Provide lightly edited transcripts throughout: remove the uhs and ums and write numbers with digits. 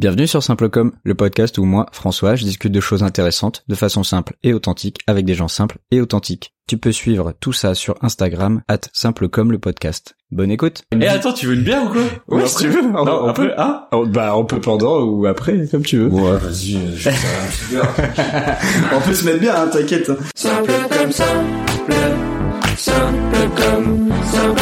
Bienvenue sur Simplecom, le podcast où moi, François, je discute de choses intéressantes, de façon simple et authentique, avec des gens simples et authentiques. Tu peux suivre tout ça sur Instagram, @Simplecom le podcast. Bonne écoute. Attends, tu veux une bière ou quoi? Ouais, si tu veux. On peut, hein? On peut pendant ou après, comme tu veux. Ouais, vas-y, je vais faire une petite bière. On peut se mettre bien, hein, t'inquiète. Simple comme simple comme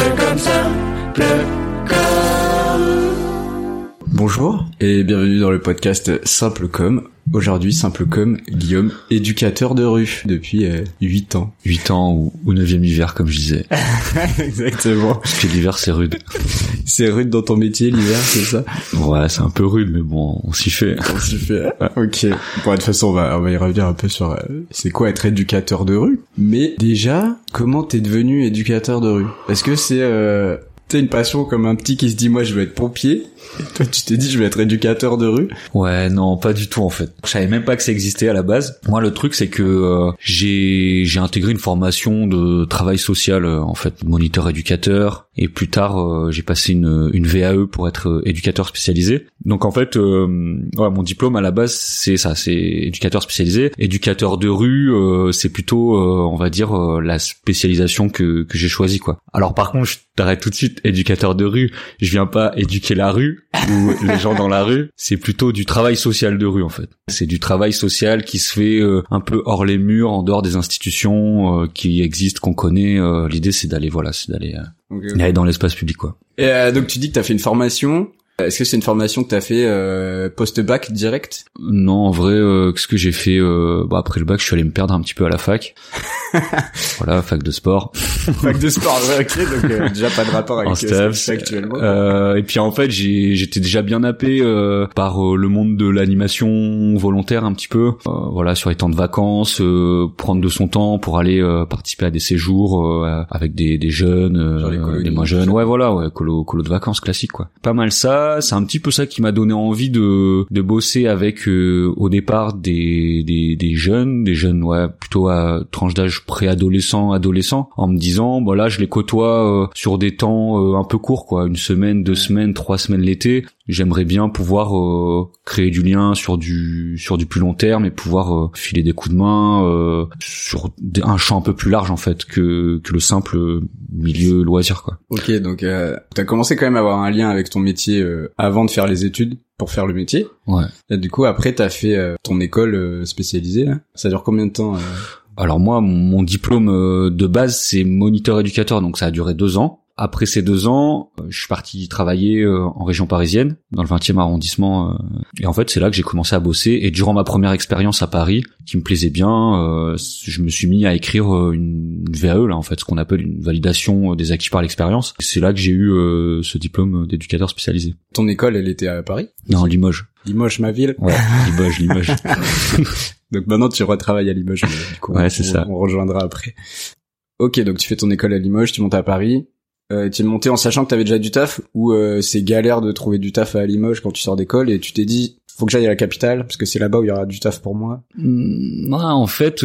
Bonjour et bienvenue dans le podcast Simplecom. Aujourd'hui, Simplecom, Guillaume, éducateur de rue depuis 8 ans. 8 ans ou 9e hiver, comme je disais. Exactement. Parce que l'hiver, c'est rude. C'est rude dans ton métier, l'hiver, c'est ça? Ouais, c'est un peu rude, mais bon, on s'y fait. On s'y fait. Ok. Bon, de toute façon, on va y revenir un peu sur c'est quoi être éducateur de rue. Mais déjà, comment t'es devenu éducateur de rue? Est-ce que c'est t'as une passion comme un petit qui se dit moi je veux être pompier, et toi tu t'es dit je vais être éducateur de rue? Ouais, non, pas du tout en fait. Je savais même pas que ça existait à la base. Moi le truc c'est que j'ai intégré une formation de travail social en fait, moniteur éducateur, et plus tard j'ai passé une VAE pour être éducateur spécialisé. Donc en fait mon diplôme à la base c'est ça, c'est éducateur spécialisé. Éducateur de rue c'est plutôt on va dire la spécialisation que j'ai choisie quoi. Alors par contre, je t'arrête tout de suite, éducateur de rue, je viens pas éduquer la rue ou les gens dans la rue, c'est plutôt du travail social de rue en fait. C'est du travail social qui se fait un peu hors les murs, en dehors des institutions qui existent, qu'on connaît. L'idée c'est d'aller aller dans l'espace public quoi. Et donc tu dis que t'as fait une formation. Est-ce que c'est une formation que t'as fait post-bac direct? Non, en vrai, ce que j'ai fait après le bac, je suis allé me perdre un petit peu à la fac. Voilà, fac de sport. Fac de sport, ouais, ok, donc déjà pas de rapport avec ce que tu fais actuellement. Et puis en fait, j'étais déjà bien happé par le monde de l'animation volontaire un petit peu. Voilà, sur les temps de vacances, prendre de son temps pour aller participer à des séjours avec des jeunes, des moins jeunes. Ouais, voilà, ouais, colo de vacances classique quoi. Pas mal ça. C'est un petit peu ça qui m'a donné envie de bosser avec au départ des jeunes ouais, plutôt à tranche d'âge préadolescent, adolescent, en me disant là je les côtoie sur des temps un peu courts quoi, 1 semaine, 2 semaines, 3 semaines l'été. J'aimerais bien pouvoir créer du lien sur du plus long terme et pouvoir filer des coups de main sur un champ un peu plus large en fait que le simple milieu loisir quoi. Ok, donc t'as commencé quand même à avoir un lien avec ton métier avant de faire les études pour faire le métier. Ouais. Et du coup après t'as fait ton école spécialisée là. Ça dure combien de temps Alors moi mon diplôme de base c'est moniteur éducateur, donc ça a duré 2 ans. Après ces 2 ans, je suis parti travailler en région parisienne, dans le 20e arrondissement. Et en fait, c'est là que j'ai commencé à bosser. Et durant ma première expérience à Paris, qui me plaisait bien, je me suis mis à écrire une VAE, là, en fait, ce qu'on appelle une validation des acquis par l'expérience. Et c'est là que j'ai eu ce diplôme d'éducateur spécialisé. Ton école, elle était à Paris? Non, Limoges. Limoges, ma ville? Ouais, Limoges. Donc maintenant, tu retravailles à Limoges. Du coup, ouais, c'est ça. On rejoindra après. Ok, donc tu fais ton école à Limoges, tu montes à Paris. Tu es monté en sachant que t'avais déjà du taf, ou c'est galère de trouver du taf à Limoges quand tu sors d'école et tu t'es dit faut que j'aille à la capitale parce que c'est là-bas où il y aura du taf pour moi? En fait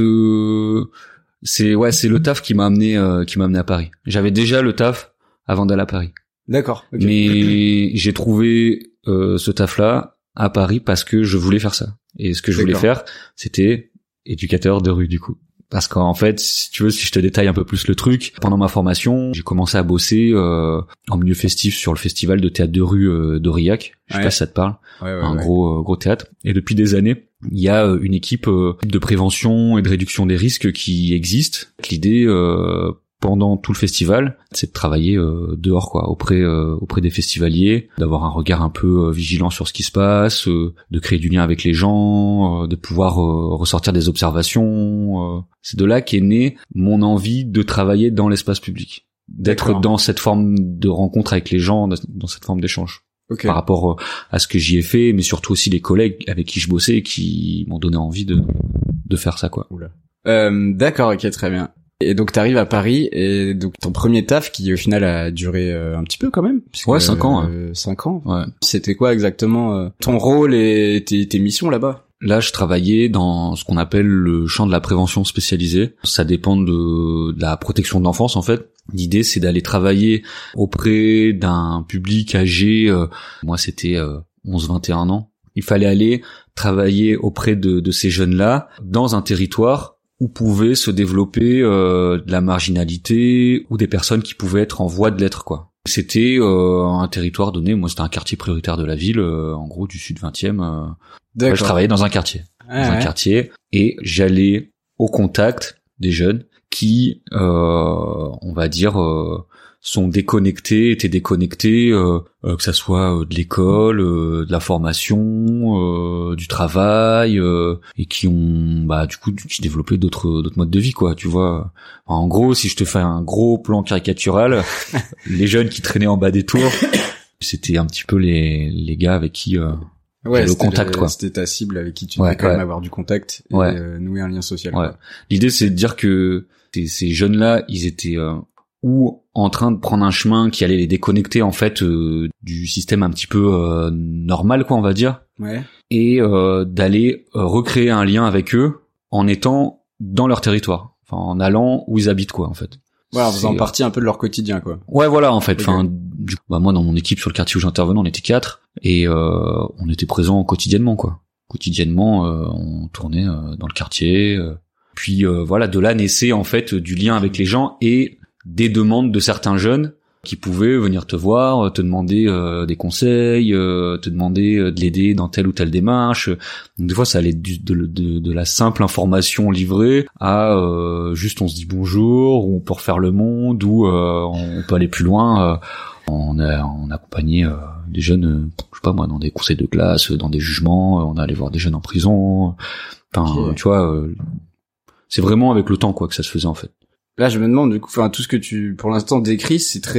c'est le taf qui m'a amené à Paris. J'avais déjà le taf avant d'aller à Paris. D'accord. Okay. Mais j'ai trouvé ce taf là à Paris parce que je voulais faire ça. Et ce que je voulais faire, c'était éducateur de rue du coup. Parce qu'en fait, si tu veux, si je te détaille un peu plus le truc, pendant ma formation, j'ai commencé à bosser en milieu festif sur le festival de théâtre de rue d'Aurillac. Je sais pas si ça te parle. Ouais, gros théâtre. Et depuis des années, il y a une équipe de prévention et de réduction des risques qui existe. L'idée pendant tout le festival, c'est de travailler dehors quoi, auprès des festivaliers, d'avoir un regard un peu vigilant sur ce qui se passe, de créer du lien avec les gens, de pouvoir ressortir des observations. C'est de là qu'est née mon envie de travailler dans l'espace public, d'être dans cette forme de rencontre avec les gens, dans cette forme d'échange. Okay. Par rapport à ce que j'y ai fait, mais surtout aussi les collègues avec qui je bossais et qui m'ont donné envie de faire ça quoi. D'accord, ok, très bien. Et donc t'arrives à Paris, et donc ton premier taf qui au final a duré un petit peu quand même. Ouais, 5 ans. 5 ans. Ouais. C'était quoi exactement ton rôle et tes missions là-bas? Là, je travaillais dans ce qu'on appelle le champ de la prévention spécialisée. Ça dépend de la protection de l'enfance en fait. L'idée, c'est d'aller travailler auprès d'un public âgé, moi c'était 11-21 ans, il fallait aller travailler auprès de ces jeunes-là dans un territoire où pouvait se développer de la marginalité ou des personnes qui pouvaient être en voie de l'être, quoi. C'était un territoire donné, moi c'était un quartier prioritaire de la ville, en gros du sud 20e. Je travaillais dans un quartier. Quartier, et j'allais au contact des jeunes qui, on va dire, sont étaient déconnectés, que ça soit de l'école, de la formation, du travail, et qui ont, du coup, qui développaient d'autres modes de vie, quoi, tu vois. Enfin, en gros, si je te fais un gros plan caricatural, les jeunes qui traînaient en bas des tours, c'était un petit peu les gars avec qui le contact, quoi. C'était ta cible avec qui tu devais quand même avoir du contact et nouer un lien social. Ouais. Quoi. L'idée, c'est de dire que ces jeunes-là, ils étaient ou en train de prendre un chemin qui allait les déconnecter en fait du système un petit peu normal, quoi, on va dire. Ouais. Et d'aller recréer un lien avec eux en étant dans leur territoire, enfin en allant où ils habitent, quoi, en fait. Ouais, en faisant partie un peu de leur quotidien, quoi. Ouais, voilà, en fait. Enfin, moi, dans mon équipe sur le quartier où j'intervenais, on était 4 et on était présents quotidiennement, quoi. Quotidiennement, on tournait dans le quartier. Puis voilà, de là naissait en fait du lien avec les gens et des demandes de certains jeunes qui pouvaient venir te voir, te demander des conseils, te demander de l'aider dans telle ou telle démarche. Donc, des fois, ça allait de la simple information livrée à juste on se dit bonjour, ou on peut refaire le monde, ou on peut aller plus loin. On accompagnait des jeunes, je sais pas moi, dans des conseils de classe, dans des jugements. On allait voir des jeunes en prison. Enfin, tu vois, c'est vraiment avec le temps, quoi, que ça se faisait en fait. Là, je me demande, du coup, enfin, tout ce que tu, pour l'instant, décris, c'est très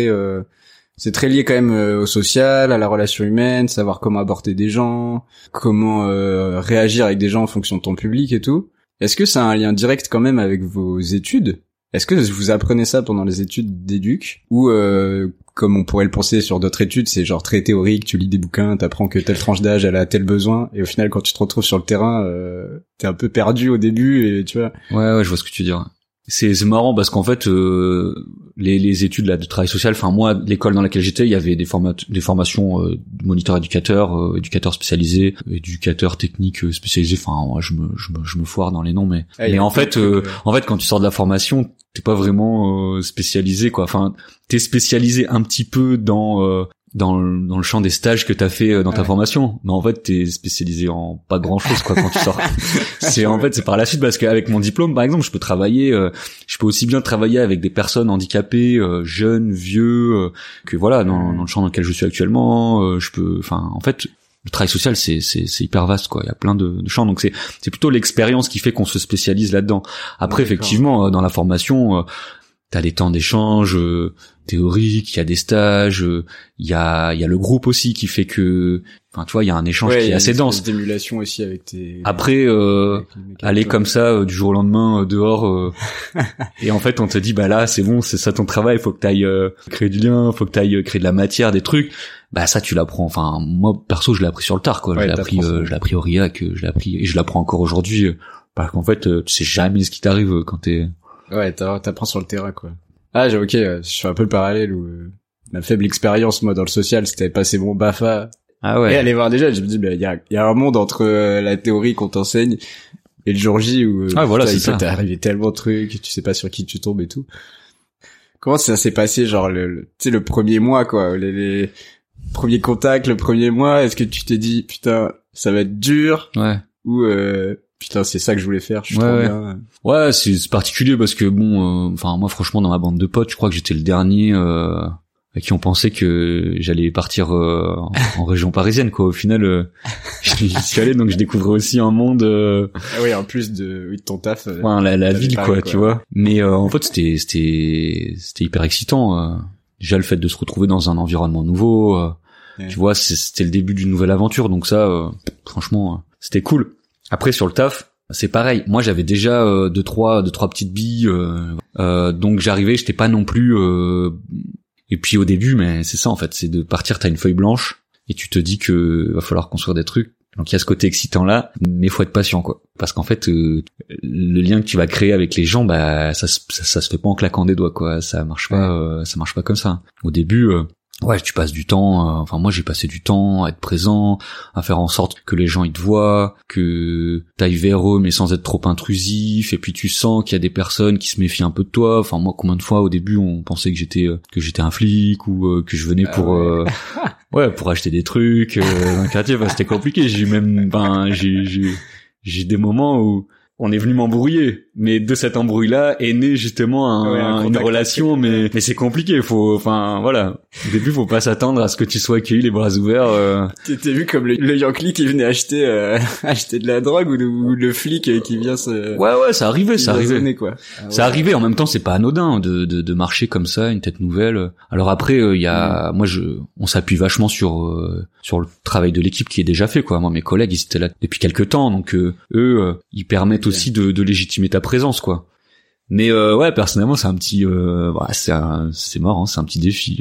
lié quand même au social, à la relation humaine, savoir comment aborder des gens, comment réagir avec des gens en fonction de ton public et tout. Est-ce que ça a un lien direct quand même avec vos études? Est-ce que vous apprenez ça pendant les études d'éduc? Ou, comme on pourrait le penser sur d'autres études, c'est genre très théorique, tu lis des bouquins, t'apprends que telle tranche d'âge, elle a tel besoin, et au final, quand tu te retrouves sur le terrain, t'es un peu perdu au début, et tu vois. Ouais, je vois ce que tu veux dire. C'est marrant parce qu'en fait les études là de travail social, enfin moi l'école dans laquelle j'étais, il y avait des formations de moniteur éducateur, éducateur spécialisé, éducateur technique spécialisé, enfin moi, je me foire dans les noms mais en fait quand tu sors de la formation, t'es pas vraiment spécialisé quoi. Enfin, t'es spécialisé un petit peu dans le champ des stages que t'as fait dans ta formation, mais en fait t'es spécialisé en pas grand chose quoi quand tu sors. C'est par la suite parce qu'avec mon diplôme par exemple je peux aussi bien travailler avec des personnes handicapées, jeunes, vieux, que voilà dans le champ dans lequel je suis actuellement. En fait le travail social c'est hyper vaste quoi, il y a plein de champs, donc c'est plutôt l'expérience qui fait qu'on se spécialise là-dedans. Après effectivement dans la formation t'as des temps d'échange théorique, il y a des stages, il y a le groupe aussi qui fait que, enfin tu vois, il y a un échange qui est assez dense. D'émulation aussi avec tes. Après, aller comme ça du jour au lendemain dehors, et en fait on te dit bah là c'est bon, c'est ça ton travail, faut que t'ailles créer du lien, faut que t'ailles créer de la matière, des trucs. Bah ça tu l'apprends. Enfin moi perso je l'ai appris sur le tard quoi. Je l'ai appris au RIAC, je l'ai appris et je l'apprends encore aujourd'hui. Parce qu'en fait tu sais jamais ce qui t'arrive quand t'es. Ouais, t'apprends sur le terrain, quoi. Ah, je fais un peu le parallèle où ma faible expérience, moi, dans le social, c'était passer mon BAFA. Ah ouais. Et aller voir des jeunes, je me dis, il y a un monde entre la théorie qu'on t'enseigne et le jour J où voilà, c'est ça. T'es arrivé tellement de trucs, tu sais pas sur qui tu tombes et tout. Comment ça s'est passé, genre, tu sais, le premier mois, quoi, les premiers contacts, le premier mois, est-ce que tu t'es dit, putain, ça va être dur? Ouais. Ou, putain, c'est ça que je voulais faire, je suis trop bien. Ouais, c'est particulier parce que bon, moi franchement dans ma bande de potes, je crois que j'étais le dernier à qui on pensait que j'allais partir en région parisienne quoi. Au final, j'y suis allé donc je découvrais aussi un monde. Ah oui, en plus de ton taf. La ville quoi, tu vois. Mais en fait c'était hyper excitant. Déjà le fait de se retrouver dans un environnement nouveau. Tu vois, c'était le début d'une nouvelle aventure donc ça, franchement, c'était cool. Après sur le taf, c'est pareil. Moi j'avais déjà deux trois petites billes, donc j'arrivais, j'étais pas non plus. Et puis au début, mais c'est ça en fait, c'est de partir. T'as une feuille blanche et tu te dis que va falloir construire des trucs. Donc il y a ce côté excitant là, mais faut être patient quoi, parce qu'en fait le lien que tu vas créer avec les gens, bah ça se fait pas en claquant des doigts quoi. Ça marche pas comme ça. Au début, ouais, tu passes du temps, enfin moi j'ai passé du temps à être présent, à faire en sorte que les gens ils te voient, que t'ailles vers eux mais sans être trop intrusif, et puis tu sens qu'il y a des personnes qui se méfient un peu de toi. Enfin moi, combien de fois au début on pensait que j'étais un flic, ou que je venais pour ouais, pour acheter des trucs dans le quartier. Enfin, c'était compliqué. J'ai des moments où on est venu m'embrouiller, mais de cet embrouille-là est né justement une relation, mais c'est compliqué. Enfin voilà. Au début, faut pas s'attendre à ce que tu sois accueilli les bras ouverts. T'es vu comme le Yankee qui venait acheter de la drogue, ou le flic qui vient se. Ouais, ça arrivait. Quoi. Ça arrivait. En même temps, c'est pas anodin de marcher comme ça, une tête nouvelle. Alors après, il y a, on s'appuie vachement sur le travail de l'équipe qui est déjà fait, quoi. Moi, mes collègues, ils étaient là depuis quelques temps, donc eux, ils permettent aussi de légitimer ta présence, quoi. Mais ouais, personnellement, c'est un petit c'est marrant, c'est un petit défi.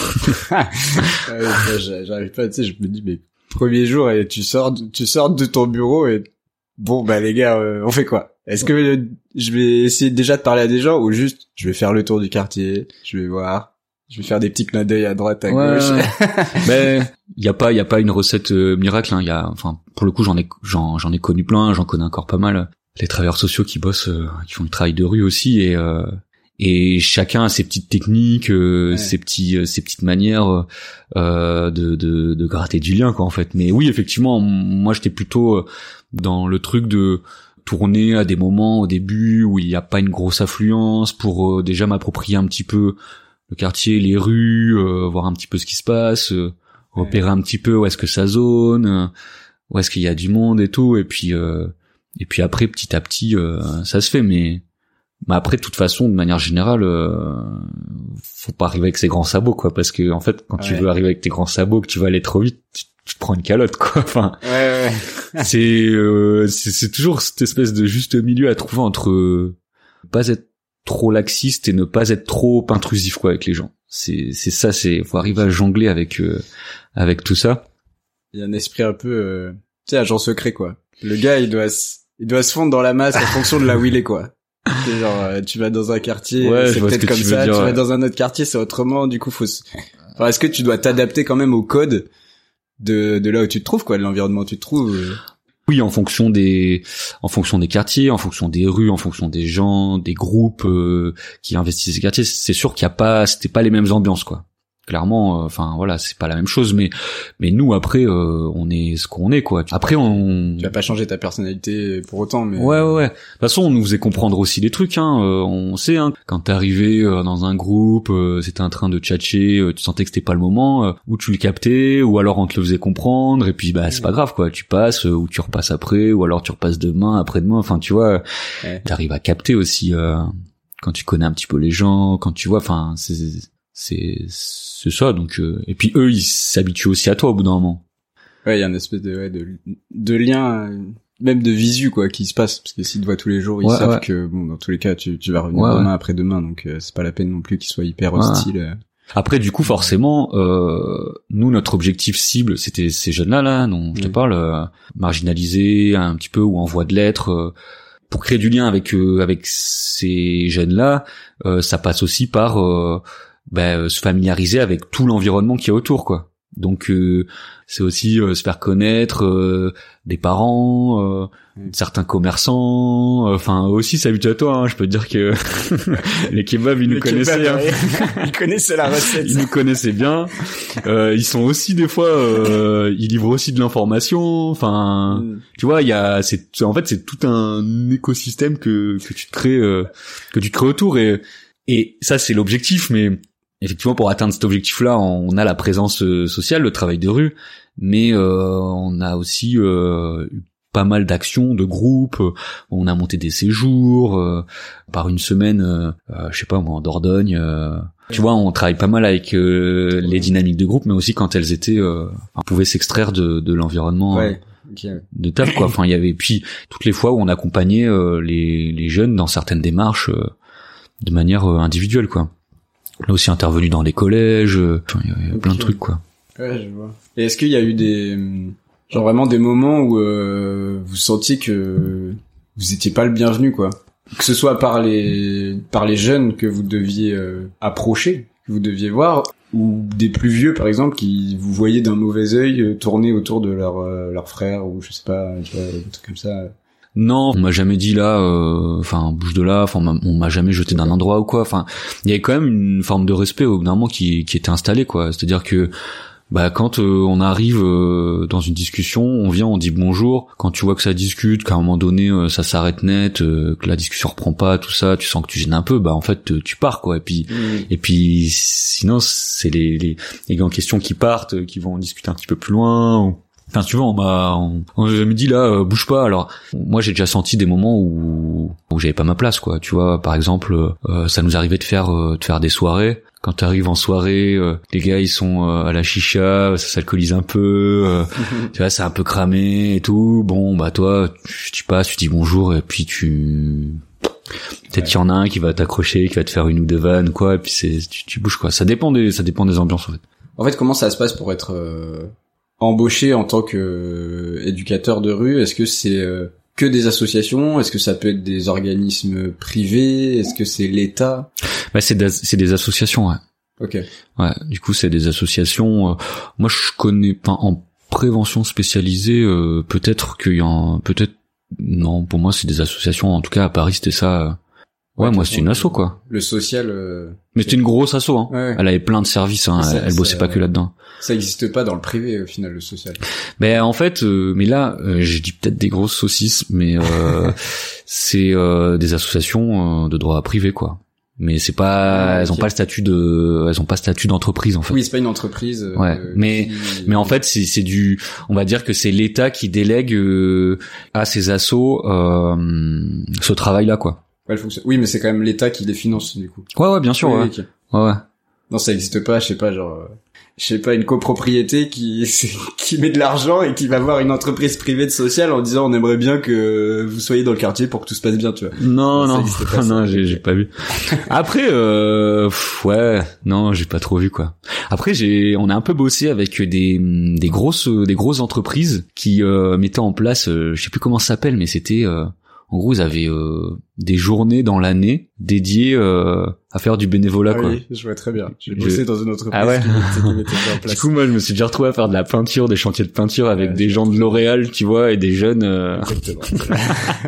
J'arrive pas, tu sais, je me dis, mais premier jour, et tu sors de ton bureau, et bon, bah les gars, on fait quoi? Est-ce que je vais essayer déjà de parler à des gens, ou juste je vais faire le tour du quartier, je vais voir, je vais faire des petits clins d'œil à droite, à gauche. Mais il y a pas une recette miracle, hein. Il y a, enfin, pour le coup, j'en ai connu plein, j'en connais encore pas mal. Les travailleurs sociaux qui bossent, qui font du travail de rue aussi, et chacun a ses petites techniques, ses petites manières de gratter du lien, quoi, en fait. Mais oui, effectivement, moi j'étais plutôt dans le truc de tourner à des moments au début où il n'y a pas une grosse affluence, pour déjà m'approprier un petit peu le quartier, les rues, voir un petit peu ce qui se passe, repérer un petit peu où est-ce que ça zone, où est-ce qu'il y a du monde et tout, et puis après, petit à petit, ça se fait, mais après, de toute façon, de manière générale, faut pas arriver avec ses grands sabots, quoi, parce que en fait, quand tu veux arriver avec tes grands sabots, que tu vas aller trop vite, tu te prends une calotte, quoi. Enfin, c'est toujours cette espèce de juste milieu à trouver entre pas être trop laxiste et ne pas être trop intrusif, quoi, avec les gens. C'est ça, faut arriver à jongler avec tout ça. Il y a un esprit un peu, tu sais, agent secret, quoi. Le gars, il doit se fondre dans la masse en fonction de là où il est, quoi. C'est genre, tu vas dans un quartier, c'est peut-être comme ça, tu vas dans un autre quartier, c'est autrement, du coup, enfin, est-ce que tu dois t'adapter quand même au code de là où tu te trouves, quoi, de l'environnement où tu te trouves? Oui, en fonction des quartiers, en fonction des rues, en fonction des gens, des groupes qui investissent ces quartiers, c'est sûr c'était pas les mêmes ambiances, quoi. Clairement, enfin voilà, c'est pas la même chose, mais nous après, on est ce qu'on est, quoi. Après, tu vas pas changer ta personnalité pour autant, mais ouais. De toute façon, on nous faisait comprendre aussi des trucs, hein. On sait, hein, quand t'es arrivé dans un groupe, c'était un train de tchatcher, tu sentais que c'était pas le moment, ou tu le captais, ou alors on te le faisait comprendre, et puis bah c'est pas grave, quoi. Tu passes, ou tu repasses après, ou alors tu repasses demain, après-demain. Enfin, tu vois, t'arrives à capter aussi quand tu connais un petit peu les gens, quand tu vois, enfin c'est ça, donc et puis eux ils s'habituent aussi à toi au bout d'un moment. Ouais, il y a une espèce de lien, même de visu, quoi, qui se passe, parce que s'ils te voient tous les jours, ils savent que bon, dans tous les cas tu vas revenir demain après-demain, donc c'est pas la peine non plus qu'ils soient hyper hostiles. Après, du coup, forcément, nous, notre objectif cible, c'était ces jeunes-là, dont je te parle, marginalisés un petit peu ou en voie de l'être. Pour créer du lien avec ces jeunes-là, ça passe aussi par se familiariser avec tout l'environnement qui est autour, quoi. Donc c'est aussi se faire connaître des parents, certains commerçants, enfin aussi s'habituer à toi, hein. Je peux te dire que les kebabs ils nous connaissaient, hein. Ils connaissaient la recette. Ils nous connaissaient bien. Ils sont aussi des fois ils livrent aussi de l'information, enfin tu vois, en fait c'est tout un écosystème que tu te crées autour, et ça c'est l'objectif, mais effectivement, pour atteindre cet objectif-là, on a la présence sociale, le travail de rue, mais on a aussi eu pas mal d'actions de groupe. On a monté des séjours par une semaine, je sais pas moi, en Dordogne. Tu vois, on travaille pas mal avec les dynamiques de groupe, mais aussi quand elles étaient, on pouvait s'extraire de l'environnement de taf, quoi. Enfin, il y avait puis toutes les fois où on accompagnait les jeunes dans certaines démarches de manière individuelle, quoi. Là aussi intervenu dans les collèges, il y a plein de trucs, quoi. Ouais, je vois. Et est-ce qu'il y a eu genre vraiment des moments où vous sentiez que vous étiez pas le bienvenu, quoi, que ce soit par les jeunes que vous deviez approcher, que vous deviez voir, ou des plus vieux par exemple qui vous voyez d'un mauvais œil tourner autour de leur frère ou je sais pas, tu vois, des trucs comme ça? Non, on m'a jamais dit là, enfin bouge de là, enfin on m'a jamais jeté d'un endroit ou quoi. Enfin, il y avait quand même une forme de respect au bout d'un moment qui était installée, quoi. C'est-à-dire que quand on arrive dans une discussion, on vient, on dit bonjour. Quand tu vois que ça discute, qu'à un moment donné ça s'arrête net, que la discussion reprend pas, tout ça, tu sens que tu gênes un peu, en fait tu pars, quoi. Et puis sinon c'est les gars en question qui partent, qui vont discuter un petit peu plus loin. Enfin, tu vois, on m'a dit là, bouge pas. Alors, moi, j'ai déjà senti des moments où j'avais pas ma place, quoi. Tu vois, par exemple, ça nous arrivait de faire des soirées. Quand t'arrives en soirée, les gars, ils sont à la chicha, ça s'alcoolise un peu, tu vois, c'est un peu cramé et tout. Bon, toi, tu passes, tu dis bonjour et puis peut-être qu'il y en a un qui va t'accrocher, qui va te faire une ou deux vannes, quoi. Et puis tu bouges, quoi. Ça dépend des ambiances, en fait. En fait, comment ça se passe pour être embauché en tant que éducateur de rue? Est-ce que c'est que des associations? Est-ce que ça peut être des organismes privés? Est-ce que c'est l'État? C'est des associations, ouais. Ok. Ouais, du coup c'est des associations. Moi je connais pas en prévention spécialisée. Peut-être non. Pour moi c'est des associations. En tout cas à Paris c'était ça. Ouais, moi c'était une asso, quoi. Le social. Mais c'était une grosse asso, hein. Ouais. Elle avait plein de services, hein. Elle bossait pas que là-dedans. Ça existe pas dans le privé au final, le social. En fait, mais là, je dis peut-être des grosses saucisses, mais c'est des associations de droit privé, quoi. Mais c'est pas, elles ont pas statut d'entreprise, en fait. Oui, c'est pas une entreprise. Ouais. Mais en fait, c'est on va dire que c'est l'État qui délègue à ces assos ce travail-là, quoi. Ouais, oui, mais c'est quand même l'État qui les finance, du coup. Ouais, bien sûr, ouais. Okay. Ouais. Non, ça existe pas, je sais pas, une copropriété qui met de l'argent et qui va voir une entreprise privée de social en disant on aimerait bien que vous soyez dans le quartier pour que tout se passe bien, tu vois. Non, j'ai pas vu. Après, ouais, non, j'ai pas trop vu, quoi. Après, on a un peu bossé avec des grosses entreprises qui mettaient en place, je sais plus comment ça s'appelle, mais c'était en gros, ils avaient des journées dans l'année dédiées à faire du bénévolat, quoi. Oui, je vois très bien. J'ai bossé dans une entreprise qui mettait ça en place. Du coup, moi, je me suis déjà retrouvé à faire de la peinture, des chantiers de peinture avec des gens de L'Oréal, tu vois, et des jeunes. Exactement.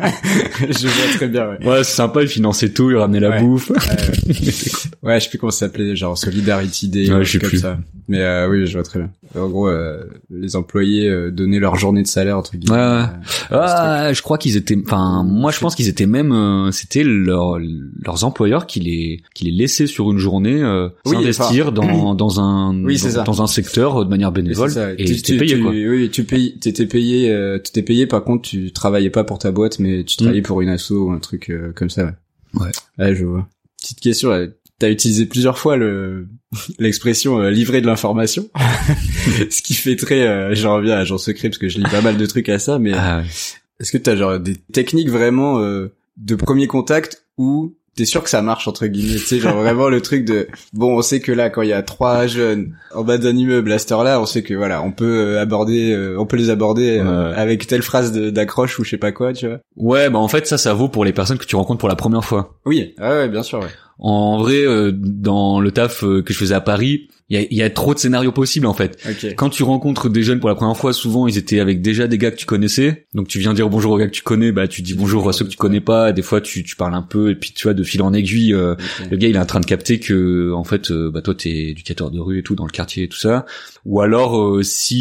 Je vois très bien, ouais. Ouais, c'est sympa, ils finançaient tout, ils ramenaient la bouffe. Ouais, je sais plus comment ça s'appelait, genre Solidarity Day, ouais, je sais comme plus. ça. Mais oui, je vois très bien. En gros, les employés donnaient leur journée de salaire entre guillemets. Ouais. Je crois qu'ils étaient. Enfin, moi, je pense qu'ils étaient même. C'était leurs employeurs qui les laissaient sur une journée s'investir dans un secteur de manière bénévole. Et t'étais payé, quoi. Oui, t'étais payé. Par contre, tu travaillais pas pour ta boîte, mais tu travaillais pour une asso ou un truc comme ça. Ouais. Ouais, je vois. Petite question. T'as utilisé plusieurs fois l'expression livrer de l'information, ce qui fait très j'en reviens à Agent Secret parce que je lis pas mal de trucs à ça, mais est-ce que t'as genre des techniques vraiment de premier contact où t'es sûr que ça marche entre guillemets, tu sais, genre vraiment le truc de on sait que là quand il y a 3 jeunes en bas d'un immeuble à cette heure-là, on sait que voilà, on peut les aborder avec telle phrase d'accroche ou je sais pas quoi, tu vois. Ouais, en fait ça vaut pour les personnes que tu rencontres pour la première fois. Oui, ouais, bien sûr, ouais. En vrai, dans le taf que je faisais à Paris, il y a trop de scénarios possibles, en fait. Okay. Quand tu rencontres des jeunes pour la première fois, souvent ils étaient avec déjà des gars que tu connaissais. Donc tu viens dire bonjour aux gars que tu connais, tu dis bonjour à ceux que tu connais pas. Des fois tu parles un peu et puis tu vois, de fil en aiguille, le gars il est en train de capter que en fait toi t'es éducateur de rue et tout dans le quartier et tout ça. Ou alors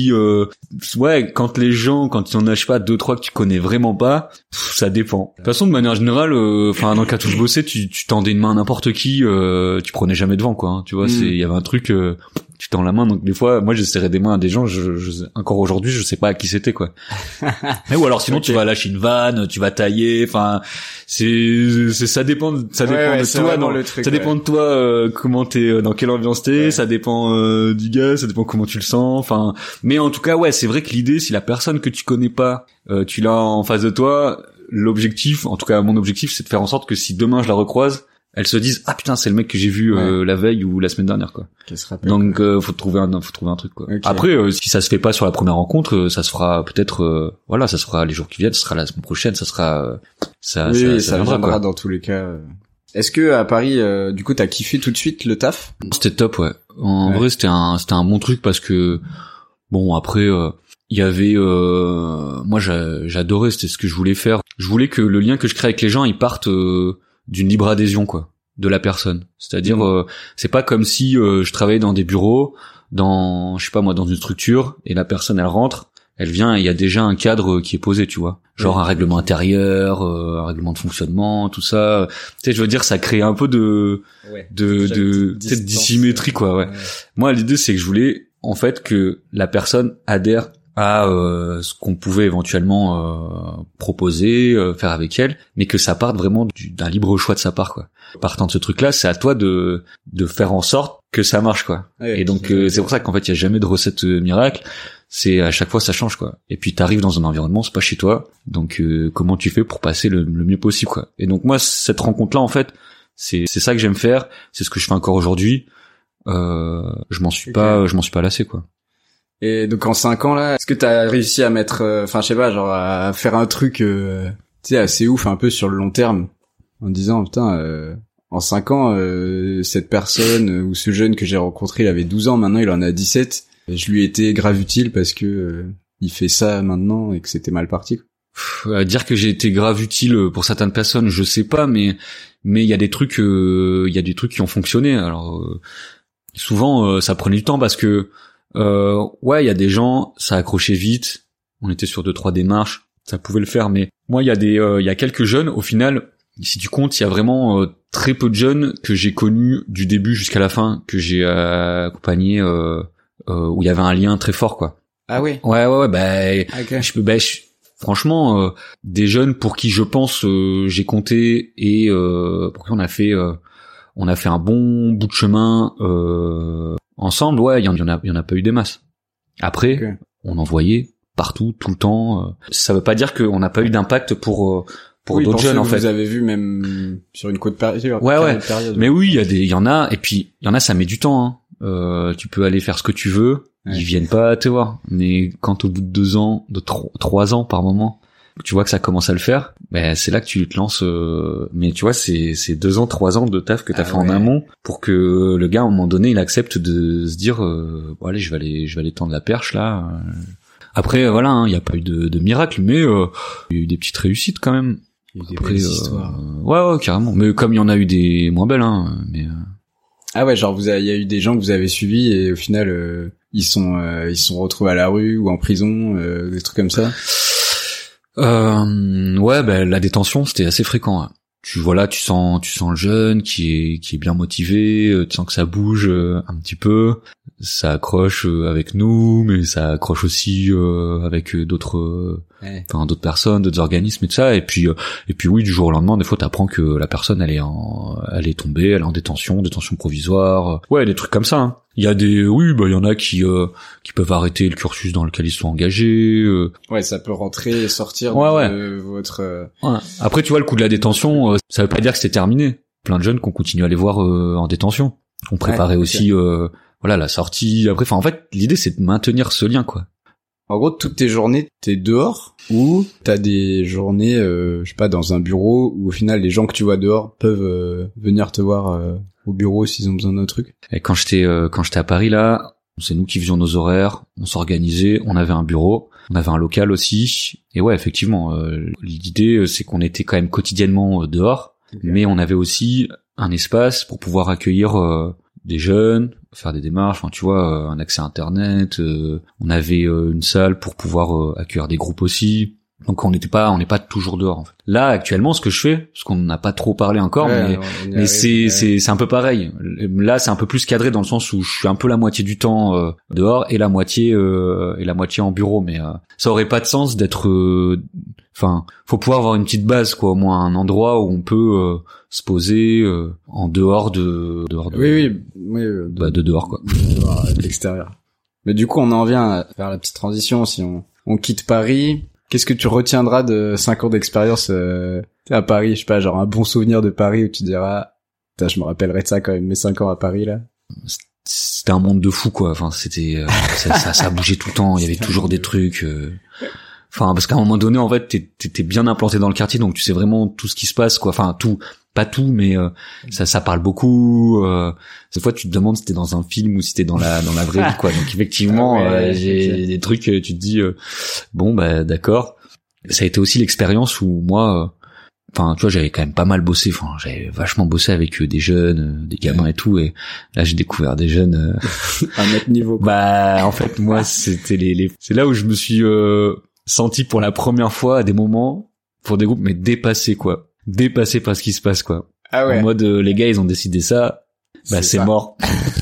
quand les gens, quand il y en a, je sais pas, 2-3 que tu connais vraiment pas, ça dépend. De toute façon, de manière générale, dans le cas où je bossais, tu tendais une main à n'importe qui, tu prenais jamais devant, quoi, hein, tu vois. Il y avait un truc, tu tends la main, donc des fois, moi, je serrais des mains à des gens, encore aujourd'hui, je sais pas à qui c'était, quoi. Mais ou alors sinon, tu vas lâcher une vanne, tu vas tailler, ça dépend de toi, non, ça dépend de toi, comment t'es, dans quelle ambiance t'es, ça dépend du gars, ça dépend comment tu le sens, mais en tout cas, ouais, c'est vrai que l'idée, si la personne que tu connais pas, tu l'as en face de toi, l'objectif, en tout cas mon objectif, c'est de faire en sorte que si demain je la recroise, elles se disent putain, c'est le mec que j'ai vu la veille ou la semaine dernière, quoi. Donc faut trouver un truc, quoi. Okay. Après si ça se fait pas sur la première rencontre, ça se fera peut-être ça se fera les jours qui viennent, ça sera la semaine prochaine, ça sera ça viendra, quoi. Dans tous les cas. Est-ce que à Paris, du coup, t'as kiffé tout de suite le taf? C'était top, ouais. En vrai, c'était un bon truc parce que bon, après il y avait moi j'adorais, c'était ce que je voulais faire. Je voulais que le lien que je crée avec les gens, il parte d'une libre adhésion, quoi, de la personne. C'est-à-dire c'est pas comme si je travaillais dans des bureaux, dans je sais pas moi, dans une structure, et la personne elle rentre, elle vient et il y a déjà un cadre qui est posé, tu vois. Genre un règlement intérieur, un règlement de fonctionnement, tout ça. Tu sais, je veux dire, ça crée un peu de dissymétrie, quoi, ouais. Moi, l'idée, c'est que je voulais, en fait, que la personne adhère à ce qu'on pouvait éventuellement proposer, faire avec elle, mais que ça parte vraiment d'un libre choix de sa part, quoi. Partant de ce truc-là, c'est à toi de faire en sorte que ça marche, quoi. Et donc, c'est pour ça qu'en fait, il y a jamais de recette miracle. C'est à chaque fois ça change, quoi. Et puis t'arrives dans un environnement, c'est pas chez toi, donc comment tu fais pour passer le mieux possible, quoi. Et donc moi, cette rencontre là, en fait, c'est ça que j'aime faire, c'est ce que je fais encore aujourd'hui. Je m'en suis pas lassé, quoi. Et donc en 5 ans là, est-ce que t'as réussi à mettre, enfin je sais pas, genre à faire un truc, tu sais, assez ouf un peu sur le long terme, en disant putain, en 5 ans, cette personne ou ce jeune que j'ai rencontré, il avait 12 ans, maintenant il en a 17. Je lui ai été grave utile parce que il fait ça maintenant et que c'était mal parti. Dire que j'ai été grave utile pour certaines personnes, je sais pas, mais il y a des trucs qui ont fonctionné. Alors souvent ça prenait du temps parce que ouais, il y a des gens, ça accrochait vite. On était sur 2-3 démarches, ça pouvait le faire, mais moi il y a quelques jeunes au final. Si tu comptes, il y a vraiment très peu de jeunes que j'ai connus du début jusqu'à la fin, que j'ai accompagnés où il y avait un lien très fort, quoi. Ah ouais. Ouais, Okay. Franchement, des jeunes pour qui je pense j'ai compté et pour qui on a fait un bon bout de chemin ensemble. Ouais, il y en a pas eu des masses. Après, on en voyait partout, tout le temps. Ça veut pas dire qu'on n'a pas eu d'impact pour d'autres jeunes, en fait. Vous avez vu même sur une côte période. Ouais. Mais oui, il y en a, et puis il y en a, ça met du temps, hein. Tu peux aller faire ce que tu veux, ils viennent pas te voir. Mais quand au bout de 2 ans, de 3 ans par moment, tu vois que ça commence à le faire, ben c'est là que tu te lances. Mais tu vois, c'est 2 ans, 3 ans de taf que t'as fait en amont pour que le gars, à un moment donné, il accepte de se dire, bon allez, je vais aller tendre la perche là. Après, voilà, hein, il y a pas eu de miracle, mais il y a eu des petites réussites quand même. Il y a eu des belles histoires. Ouais, carrément. Mais comme il y en a eu des moins belles, hein, mais. Ah ouais, genre il y a eu des gens que vous avez suivis et au final ils sont retrouvés à la rue ou en prison, des trucs comme ça. Ouais, ben la détention c'était assez fréquent. Hein. Tu sens le jeune qui est bien motivé, tu sens que ça bouge un petit peu, ça accroche avec nous, mais ça accroche aussi avec d'autres personnes, d'autres organismes et tout ça. Et puis oui, du jour au lendemain, des fois t'apprends que la personne elle est tombée, elle est en détention provisoire. Ouais, des trucs comme ça. Hein. Il y a il y en a qui peuvent arrêter le cursus dans lequel ils sont engagés. Ouais, ça peut rentrer et sortir de votre. Ouais. Après, tu vois, le coup de la détention, ça veut pas dire que c'est terminé. Plein de jeunes qu'on continue à les voir en détention. On préparait aussi, la sortie. Après, en fait, l'idée c'est de maintenir ce lien, quoi. En gros, toutes tes journées, t'es dehors ou t'as des journées, je sais pas, dans un bureau où au final les gens que tu vois dehors peuvent venir te voir au bureau s'ils ont besoin d'un truc. Et quand j'étais à Paris là, c'est nous qui faisions nos horaires, on s'organisait, on avait un bureau, on avait un local aussi. Et ouais, effectivement, l'idée c'est qu'on était quand même quotidiennement dehors, mais on avait aussi un espace pour pouvoir accueillir des jeunes, faire des démarches, enfin tu vois, un accès à internet, on avait une salle pour pouvoir accueillir des groupes aussi. Donc on n'est pas toujours dehors en fait. Là actuellement ce que je fais, parce qu'on n'a pas trop parlé encore, mais c'est un peu pareil. Là c'est un peu plus cadré dans le sens où je suis un peu la moitié du temps dehors et la moitié en bureau, mais ça aurait pas de sens d'être faut pouvoir avoir une petite base quoi, au moins un endroit où on peut se poser en dehors de dehors quoi. De l'extérieur. Mais du coup on en vient à faire la petite transition. Si on quitte Paris, qu'est-ce que tu retiendras de 5 ans d'expérience à Paris? Je sais pas, genre un bon souvenir de Paris où tu diras, putain, je me rappellerai de ça quand même, mes 5 ans à Paris là. C'était un monde de fou quoi. Enfin, c'était ça bougeait tout le temps. Il y avait toujours des trucs. Enfin, parce qu'à un moment donné, en fait, t'es bien implanté dans le quartier, donc tu sais vraiment tout ce qui se passe, quoi. Enfin, tout, pas tout, mais ça parle beaucoup. Cette fois, tu te demandes si t'es dans un film ou si t'es dans la vraie vie, quoi. Donc effectivement, j'ai des trucs, tu te dis, bon, bah d'accord. Ça a été aussi l'expérience où moi, enfin, tu vois, j'avais quand même pas mal bossé. Enfin, j'avais vachement bossé avec des jeunes, des gamins et tout. Et là, j'ai découvert des jeunes à notre niveau, quoi. Bah, en fait, moi, c'était c'est là où je me suis senti pour la première fois à des moments pour des groupes, mais dépassés, quoi. Dépassés par ce qui se passe, quoi. Ah ouais. En mode, les gars, ils ont décidé ça. Bah, c'est mort.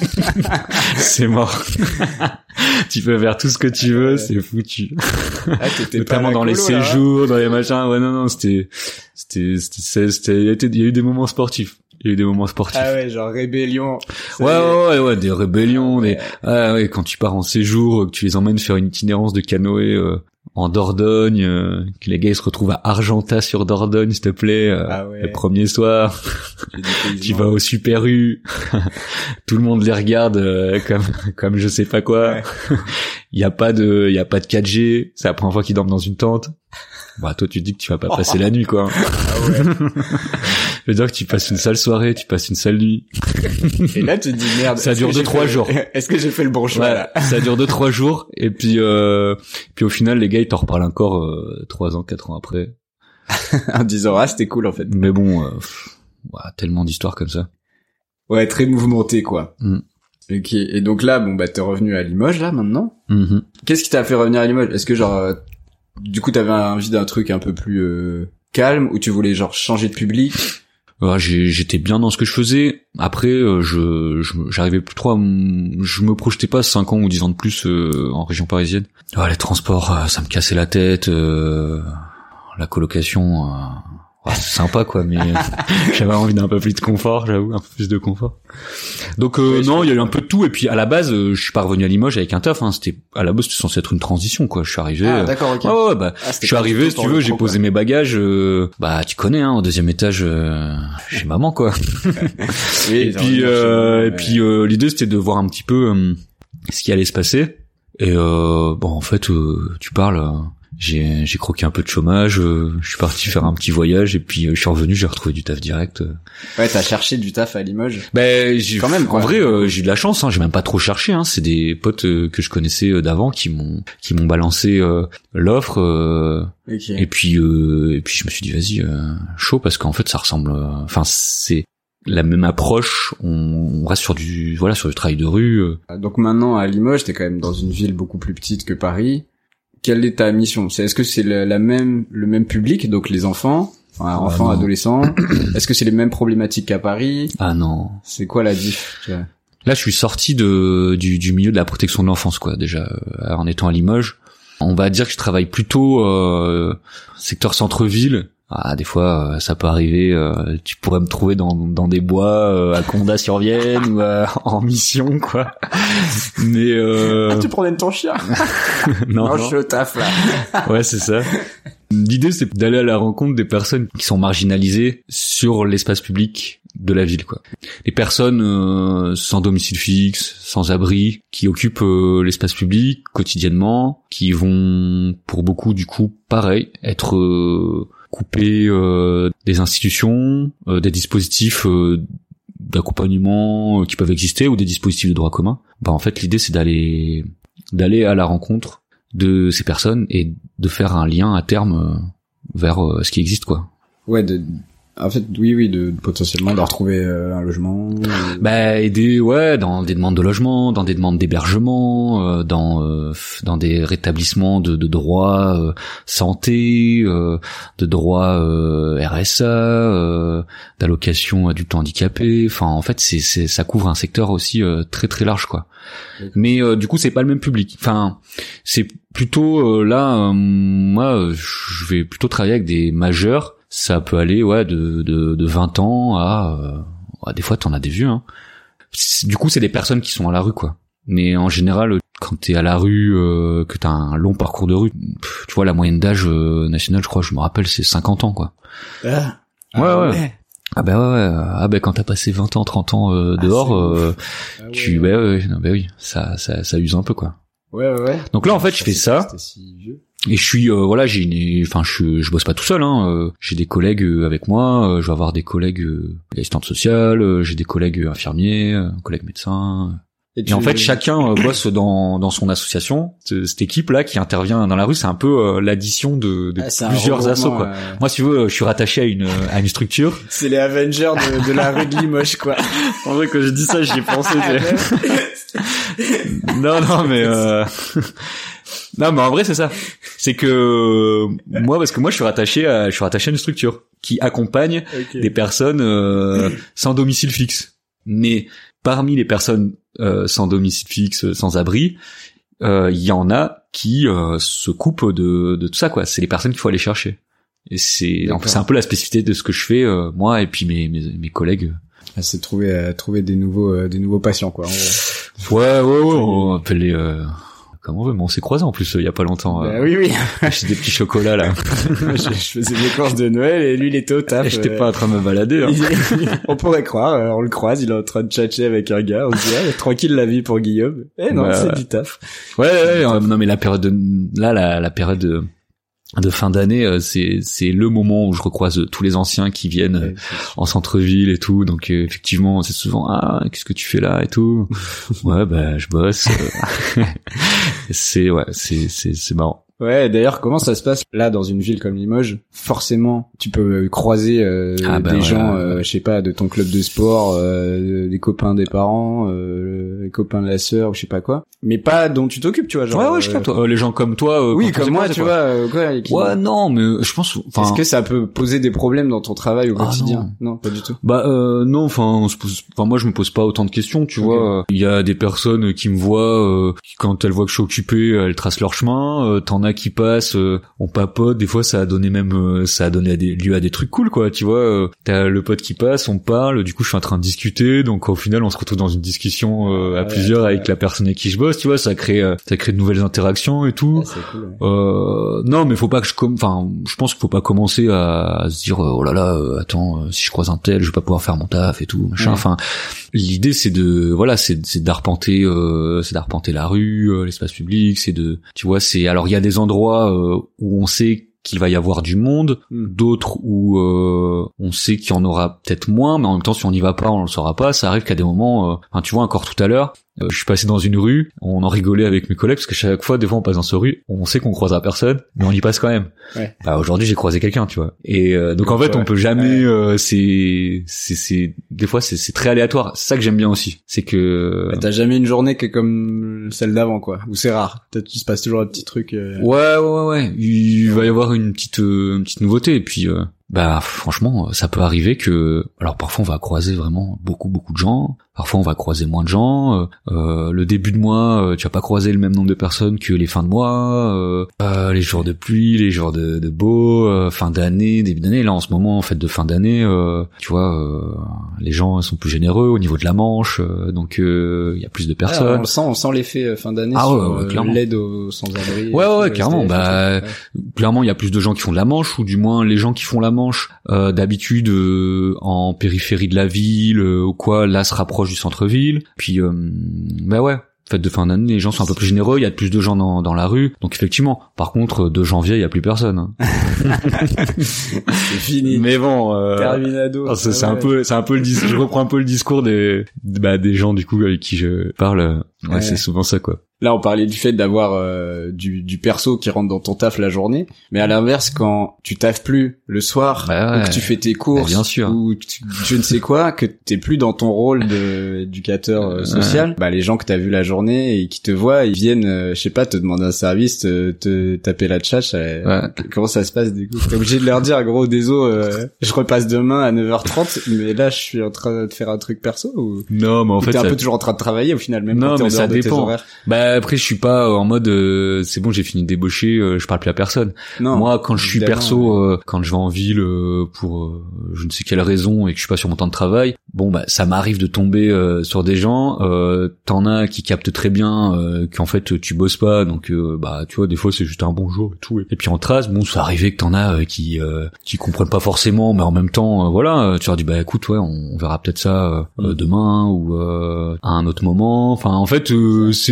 C'est mort. Tu peux faire tout ce que tu veux, c'est foutu. Ah, t'étais notamment pas dans les séjours, dans les machins. Ouais, non, il y a eu des moments sportifs. Ah ouais, genre rébellion. Ouais, des rébellions, ouais, quand tu pars en séjour, que tu les emmènes faire une itinérance de canoë, en Dordogne, que les gars ils se retrouvent à Argentat-sur-Dordogne, s'il te plaît, le premier soir. Tu vas au Super U, tout le monde les regarde comme je sais pas quoi. Ouais. Il y a pas de 4G, c'est la première fois qu'ils dorment dans une tente. Bah toi tu te dis que tu vas pas passer la nuit, quoi. Ah ouais. Je veux dire que tu passes une sale soirée, tu passes une sale nuit. Et là tu te dis merde. Ça dure 2-3 jours. Est-ce que j'ai fait le bon choix, là? Ça dure 2-3 jours et puis au final les gars ils t'en reparlent encore 3 ans, 4 ans après. En disant c'était cool en fait. Mais bon tellement d'histoires comme ça. Ouais, très mouvementé, quoi. Ok. Et donc là bon bah t'es revenu à Limoges là maintenant. Qu'est-ce qui t'a fait revenir à Limoges? Est-ce que genre du coup t'avais envie d'un truc un peu plus calme ou tu voulais genre changer de public? J'étais bien dans ce que je faisais. Après, j'arrivais plus trop je me projetais pas 5 ans ou 10 ans de plus en région parisienne. Les transports, ça me cassait la tête. La colocation, c'est sympa, quoi, mais j'avais envie d'un peu plus de confort, j'avoue, un peu plus de confort. Donc non, il y a eu un peu de tout. Et puis à la base, je suis pas revenu à Limoges avec un taf. C'était à la base, c'était censé être une transition, quoi. Je suis arrivé. Ah d'accord, ok. Je suis arrivé, si tu veux, j'ai posé mes bagages. Tu connais, au deuxième étage, chez maman, quoi. Oui, et puis l'idée, c'était de voir un petit peu ce qui allait se passer. Et en fait, tu parles. J'ai croqué un peu de chômage, je suis parti faire un petit voyage et puis je suis revenu, j'ai retrouvé du taf direct. Ouais, t'as cherché du taf à Limoges? Quand même, quoi. En vrai, j'ai eu de la chance, j'ai même pas trop cherché, c'est des potes que je connaissais d'avant qui m'ont balancé l'offre Okay. Et puis je me suis dit vas-y, chaud, parce qu'en fait ça ressemble c'est la même approche, on reste sur du travail de rue. Donc maintenant à Limoges, t'es quand même dans une ville beaucoup plus petite que Paris. Quelle est ta mission? Est-ce que c'est le même public, donc les enfants, adolescents? Est-ce que c'est les mêmes problématiques qu'à Paris? Ah non. C'est quoi la diff? Là, je suis sorti du milieu de la protection de l'enfance, quoi, déjà, en étant à Limoges. On va dire que je travaille plutôt secteur centre-ville. Des fois, ça peut arriver. Tu pourrais me trouver dans des bois à Condat-sur-Vienne ou en mission, quoi. Mais tu promènes ton chien? non, je suis au taf là. Ouais, c'est ça. L'idée, c'est d'aller à la rencontre des personnes qui sont marginalisées sur l'espace public de la ville, quoi. Les personnes sans domicile fixe, sans abri, qui occupent l'espace public quotidiennement, qui vont, pour beaucoup, du coup, pareil, être coupés des institutions, des dispositifs d'accompagnement qui peuvent exister ou des dispositifs de droit commun. En fait, l'idée, c'est d'aller à la rencontre de ces personnes et de faire un lien à terme vers ce qui existe, quoi. Ouais, en fait, oui, de potentiellement de retrouver un logement. Aider, dans des demandes de logement, dans des demandes d'hébergement, dans des rétablissements de droits santé, de droits RSA, d'allocation adultes handicapés. Enfin, en fait, ça couvre un secteur aussi très très large, quoi. Mais du coup, c'est pas le même public. Enfin, c'est plutôt moi, je vais plutôt travailler avec des majeurs. Ça peut aller de 20 ans à des fois t'en as des vieux. Du coup, c'est des personnes qui sont à la rue, quoi. Mais en général, quand t'es à la rue, que t'as un long parcours de rue, tu vois, la moyenne d'âge nationale, je crois, je me rappelle, c'est 50 ans, quoi. Ouais. Quand t'as passé 20 ans, 30 ans dehors, oui, ça use un peu, quoi. Ouais. Donc là, en fait, je fais ça. Si vieux. Et je suis voilà, je bosse pas tout seul, hein. J'ai des collègues avec moi, je vais avoir des collègues assistantes sociales, j'ai des collègues infirmiers, collègues médecins. Et en fait, chacun bosse dans son association. Cette équipe là qui intervient dans la rue, c'est un peu l'addition de plusieurs assos, quoi. Moi, si tu veux, je suis rattaché à une structure. C'est les Avengers de la rue de Limoges, quoi. En vrai, quand je dis ça, j'y ai pensé. Non, mais non, mais en vrai, c'est ça. C'est que moi, parce que moi, je suis rattaché à une structure qui accompagne des personnes sans domicile fixe. Mais parmi les personnes sans domicile fixe, sans abri, il y en a qui se coupent de tout ça, quoi. C'est les personnes qu'il faut aller chercher. Et c'est un peu la spécificité de ce que je fais moi et puis mes collègues. C'est trouver des nouveaux patients, quoi. Ouais, on appelle les comme on veut, mais on s'est croisés en plus il y a pas longtemps. Oui. J'ai des petits chocolats là. je faisais mes courses de Noël et lui il était au taf. J'étais pas en train de me balader. Hein. On pourrait croire, on le croise, il est en train de tchatcher avec un gars, on se dit tranquille la vie pour Guillaume. Non, c'est du taf. Ouais, non mais la période la période de fin d'année, c'est le moment où je recroise tous les anciens qui viennent en centre-ville et tout, donc effectivement c'est souvent qu'est-ce que tu fais là et tout. Ouais, bah je bosse. C'est marrant. Ouais, d'ailleurs, comment ça se passe là dans une ville comme Limoges? Forcément, tu peux croiser des gens, je sais pas, de ton club de sport, des copains des parents, les copains de la sœur, ou je sais pas quoi, mais pas dont tu t'occupes, tu vois, genre. Ouais, je capte. Les gens comme toi. Oui, comme moi, tu vois. Ouais, non, mais je pense. Est-ce que ça peut poser des problèmes dans ton travail au quotidien? Non, pas du tout. Non, enfin, moi, je me pose pas autant de questions, tu vois. Il y a des personnes qui me voient, quand elles voient que je suis occupé, elles tracent leur chemin. T'en as qui passent, on papote, des fois ça a donné lieu à des trucs cool, quoi, tu vois. T'as le pote qui passe, on parle, du coup je suis en train de discuter, donc au final on se retrouve dans une discussion à plusieurs avec la personne avec qui je bosse, tu vois, ça crée de nouvelles interactions et tout. Ouais, c'est cool, non, mais faut pas que je pense qu'il faut pas commencer à se dire oh là là, attends, si je croise un tel, je vais pas pouvoir faire mon taf et tout, machin. Enfin, l'idée c'est d'arpenter la rue, l'espace public, alors il y a des endroits où on sait qu'il va y avoir du monde, d'autres où on sait qu'il y en aura peut-être moins, mais en même temps si on n'y va pas, on le saura pas. Ça arrive qu'à des moments, tu vois, encore tout à l'heure, je suis passé dans une rue, on en rigolait avec mes collègues parce que chaque fois, des fois, on passe dans cette rue, on sait qu'on croisera personne, mais on y passe quand même. Ouais. Bah aujourd'hui, j'ai croisé quelqu'un, tu vois. Et donc en fait, on peut jamais. C'est des fois, c'est très aléatoire. C'est ça que j'aime bien aussi, c'est que. T'as jamais une journée qui est comme celle d'avant, quoi. Ou c'est rare. Peut-être il se passe toujours un petit truc. Ouais. Il va y avoir une petite nouveauté, et puis. Franchement, ça peut arriver que, alors parfois on va croiser vraiment beaucoup de gens, parfois on va croiser moins de gens, le début de mois, tu vas pas croiser le même nombre de personnes que les fins de mois, les jours de pluie, les jours de beau, fin d'année, début d'année. Là en ce moment, en fait, de fin d'année, tu vois, les gens sont plus généreux au niveau de la Manche, donc il y a plus de personnes. On sent l'effet fin d'année sur l'aide aux sans-abri. Ouais, clairement. Clairement, il y a plus de gens qui font de la Manche, ou du moins les gens qui font la Manche d'habitude en périphérie de la ville ou quoi, là se rapproche du centre-ville. Puis fête de fin d'année, les gens sont un peu plus généreux, il y a plus de gens dans la rue, donc effectivement. Par contre, de janvier, il y a plus personne. Hein. C'est fini. Mais bon, terminado. C'est un peu je reprends un peu le discours des gens du coup avec qui je parle. Ouais, c'est souvent ça, quoi. Là, on parlait du fait d'avoir du perso qui rentre dans ton taf la journée, mais à l'inverse, quand tu taffes plus le soir, ou que tu fais tes courses, bien sûr. ou je ne sais quoi, que t'es plus dans ton rôle d'éducateur social, les gens que t'as vu la journée et qui te voient, ils viennent, je sais pas, te demander un service, te taper la tchatche. Comment ça se passe du coup? T'es obligé de leur dire, gros, désolé, je repasse demain à 9h30, mais là, je suis en train de faire un truc perso ou... Non, mais en fait, t'es un peu toujours en train de travailler au final, même quand t'es en dehors de tes horaires. Après, je suis pas en mode c'est bon, j'ai fini de débaucher, je parle plus à personne. Non, moi, quand je suis perso, quand je vais en ville pour je ne sais quelle raison et que je suis pas sur mon temps de travail, ça m'arrive de tomber sur des gens. T'en as qui captent très bien qu'en fait tu bosses pas, donc tu vois, des fois c'est juste un bonjour et tout. Et puis en trace, ça arrivait que t'en as qui comprennent pas forcément, mais en même temps, tu leur dis écoute, on verra peut-être ça demain ou à un autre moment. Enfin, en fait, c'est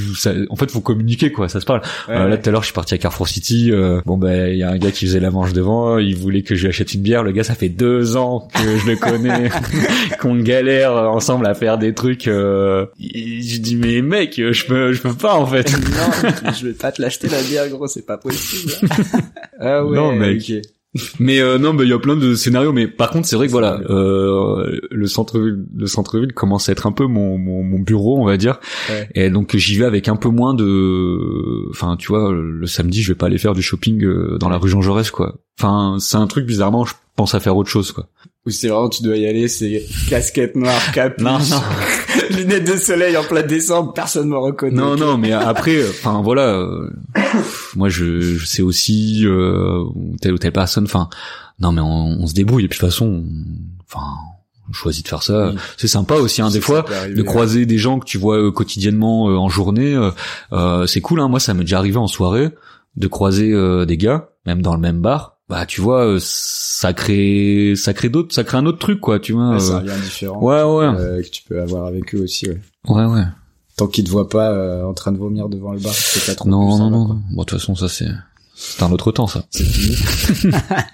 en fait, faut communiquer, quoi, ça se parle. Là, tout à l'heure, je suis parti à Carrefour City, il y a un gars qui faisait la manche devant, il voulait que je lui achète une bière, le gars, ça fait 2 ans que je le connais, qu'on galère ensemble à faire des trucs, je dis, mais mec, je peux pas, en fait. Non, je vais pas te l'acheter la bière, gros, c'est pas possible. Ah ouais, non, mec. Okay. Mais il y a plein de scénarios, mais par contre c'est vrai que voilà, le centre-ville commence à être un peu mon bureau, on va dire. Ouais. Et donc j'y vais avec un peu moins de, enfin tu vois, le samedi je vais pas aller faire du shopping dans la rue Jean Jaurès, quoi. Enfin c'est un truc, bizarrement je pense à faire autre chose, quoi. Ou c'est vraiment tu dois y aller, c'est casquette noire, capuche, non. lunettes de soleil en plein décembre, personne me reconnaît. Non, mais après, enfin voilà, moi je sais aussi telle ou telle personne. Enfin, non mais on se débrouille. Et puis de toute façon, on choisit de faire ça. Oui. C'est sympa aussi, des fois, de croiser des gens que tu vois quotidiennement en journée. C'est cool, Moi, ça m'est déjà arrivé en soirée de croiser des gars, même dans le même bar. Bah tu vois, ça crée un autre truc, quoi, tu vois. C'est un lien différent. Ouais. Que tu peux avoir avec eux aussi, ouais. Ouais. Tant qu'ils te voient pas en train de vomir devant le bar, c'est pas trop. Non. Bon, de toute façon, ça c'est un autre temps, ça. C'est fini.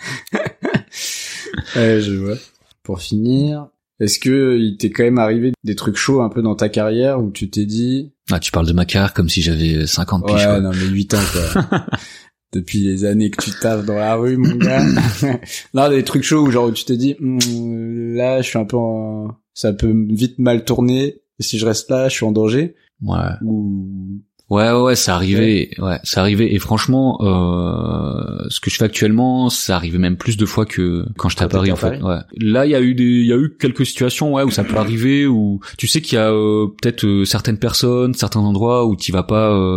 Je vois. Pour finir, est-ce que il t'est quand même arrivé des trucs chauds un peu dans ta carrière où tu t'es dit... Ah, tu parles de ma carrière comme si j'avais 50 piges, quoi. Ouais, non, mais 8 ans, quoi. Depuis les années que tu taffes dans la rue, mon gars. Non, des trucs chauds où genre tu te dis, là, je suis un peu ça peut vite mal tourner. Et si je reste là, je suis en danger. Ouais. Ou... Ouais, ça arrivait. Ouais, ça arrivait. Et franchement, ce que je fais actuellement, ça arrivait même plus de fois que quand j'étais à Paris, en fait. Ouais. Là, il y a eu quelques situations, où ça peut arriver, où tu sais qu'il y a peut-être certaines personnes, certains endroits où tu vas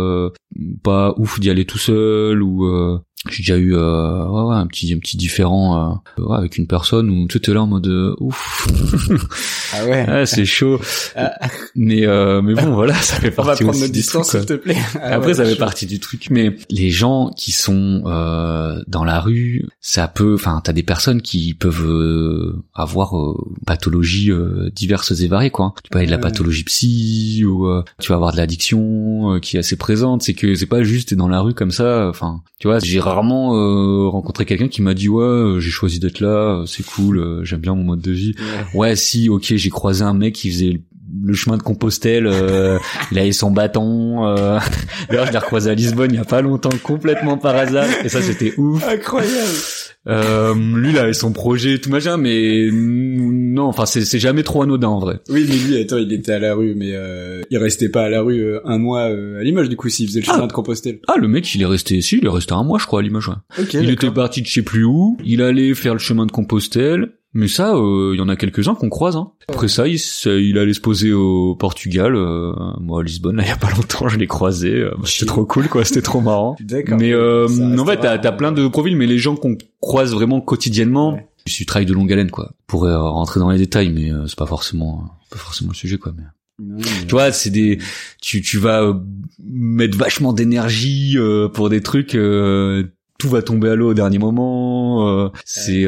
pas ouf d'y aller tout seul, ou j'ai déjà eu un petit différent avec une personne où tout est là en mode ouf. Ah ouais. Ouais, c'est chaud. Mais bon, voilà, ça fait partie. On va prendre aussi notre distance, s'il te plaît. Après, ça fait partie du truc, mais les gens qui sont dans la rue, t'as des personnes qui peuvent avoir pathologies diverses et variées, quoi. Tu peux avoir de la pathologie psy, ou tu vas avoir de l'addiction qui est assez présente. C'est que c'est pas juste t'es dans la rue comme ça. Enfin, tu vois, j'ai rarement rencontré quelqu'un qui m'a dit j'ai choisi d'être là, c'est cool, j'aime bien mon mode de vie. Ouais, si, ok, j'ai croisé un mec qui faisait le chemin de Compostelle, il avait son bâton. D'ailleurs, je l'ai recroisé à Lisbonne il y a pas longtemps, complètement par hasard, et ça c'était ouf. Incroyable. Lui, il avait son projet, tout machin, mais non, enfin c'est jamais trop anodin en vrai. Oui, mais lui, attends, il était à la rue, mais il restait pas à la rue un mois à Limoges, du coup, s'il faisait le chemin de Compostelle. Ah, le mec, il est resté 1 mois, je crois, à Limoges. Ouais. Okay, il était parti de je sais plus où, il allait faire le chemin de Compostelle. Mais ça, y en a quelques-uns qu'on croise. Après ça, il allait se poser au Portugal. Moi, à Lisbonne, là, il y a pas longtemps, je l'ai croisé. C'était trop cool, quoi. C'était trop marrant. D'accord. Mais en fait, t'as plein de profils, mais les gens qu'on croise vraiment quotidiennement, je suis travail de longue haleine, quoi. On pourrait rentrer dans les détails, mais c'est pas forcément le sujet, quoi. Mais... Non, tu vois, c'est tu vas mettre vachement d'énergie pour des trucs. Tout va tomber à l'eau au dernier moment, c'est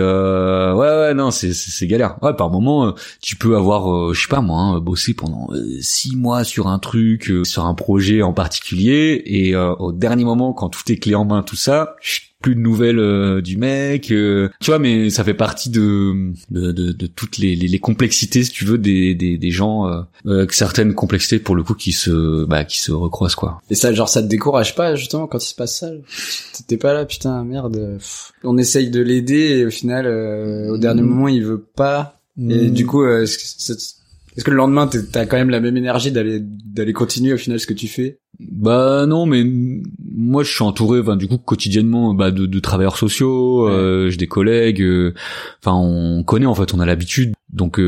galère. Ouais, par moment tu peux avoir je sais pas moi, bossé pendant 6 mois sur un truc, sur un projet en particulier, et au dernier moment, quand tout est clé en main, tout ça, plus de nouvelles du mec, tu vois, mais ça fait partie de toutes les complexités, si tu veux, des gens, certaines complexités pour le coup qui se recroisent, quoi. Et ça, genre, ça te décourage pas justement quand il se passe ça? T'étais pas là, putain, merde. On essaye de l'aider et au final, au dernier moment, il veut pas. Et du coup, est-ce que le lendemain, t'as quand même la même énergie d'aller continuer au final ce que tu fais? Bah non, mais moi je suis entouré, du coup quotidiennement, de travailleurs sociaux, j'ai des collègues, on connaît, en fait, on a l'habitude, donc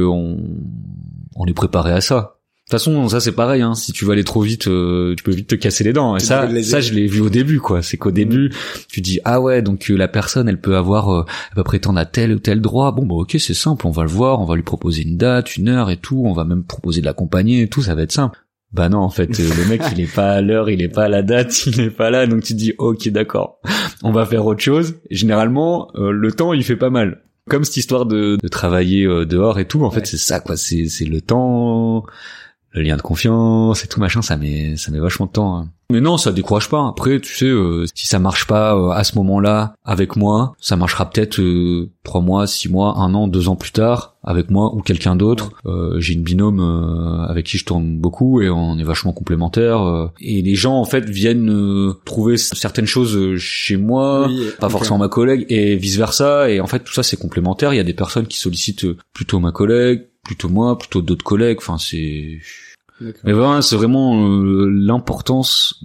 on est préparé à ça. De toute façon, ça c'est pareil, si tu vas aller trop vite, tu peux vite te casser les dents. Et ça je l'ai vu au début, quoi. C'est qu'au début, tu dis ah ouais, donc la personne, elle peut avoir, elle peut prétendre à tel ou tel droit. Bon ok, c'est simple, on va le voir, on va lui proposer une date, une heure et tout, on va même proposer de l'accompagner et tout, ça va être simple. Bah non, en fait, le mec, il est pas à l'heure, il est pas à la date, il est pas là, donc tu te dis ok, d'accord, on va faire autre chose. Et généralement, le temps, il fait pas mal. Comme cette histoire de travailler dehors et tout, en fait, c'est ça, quoi. C'est le temps le lien de confiance et tout machin, ça met vachement de temps. Hein. Mais non, ça décourage pas. Après, tu sais, si ça marche pas à ce moment-là avec moi, ça marchera peut-être 3 mois, 6 mois, 1 an, 2 ans plus tard avec moi ou quelqu'un d'autre. J'ai une binôme avec qui je tourne beaucoup et on est vachement complémentaires. Et les gens en fait viennent trouver certaines choses chez moi, pas forcément ma collègue et vice versa. Et en fait tout ça c'est complémentaire. Il y a des personnes qui sollicitent plutôt ma collègue, plutôt moi, plutôt d'autres collègues. Enfin c'est. D'accord. Mais voilà, c'est vraiment l'importance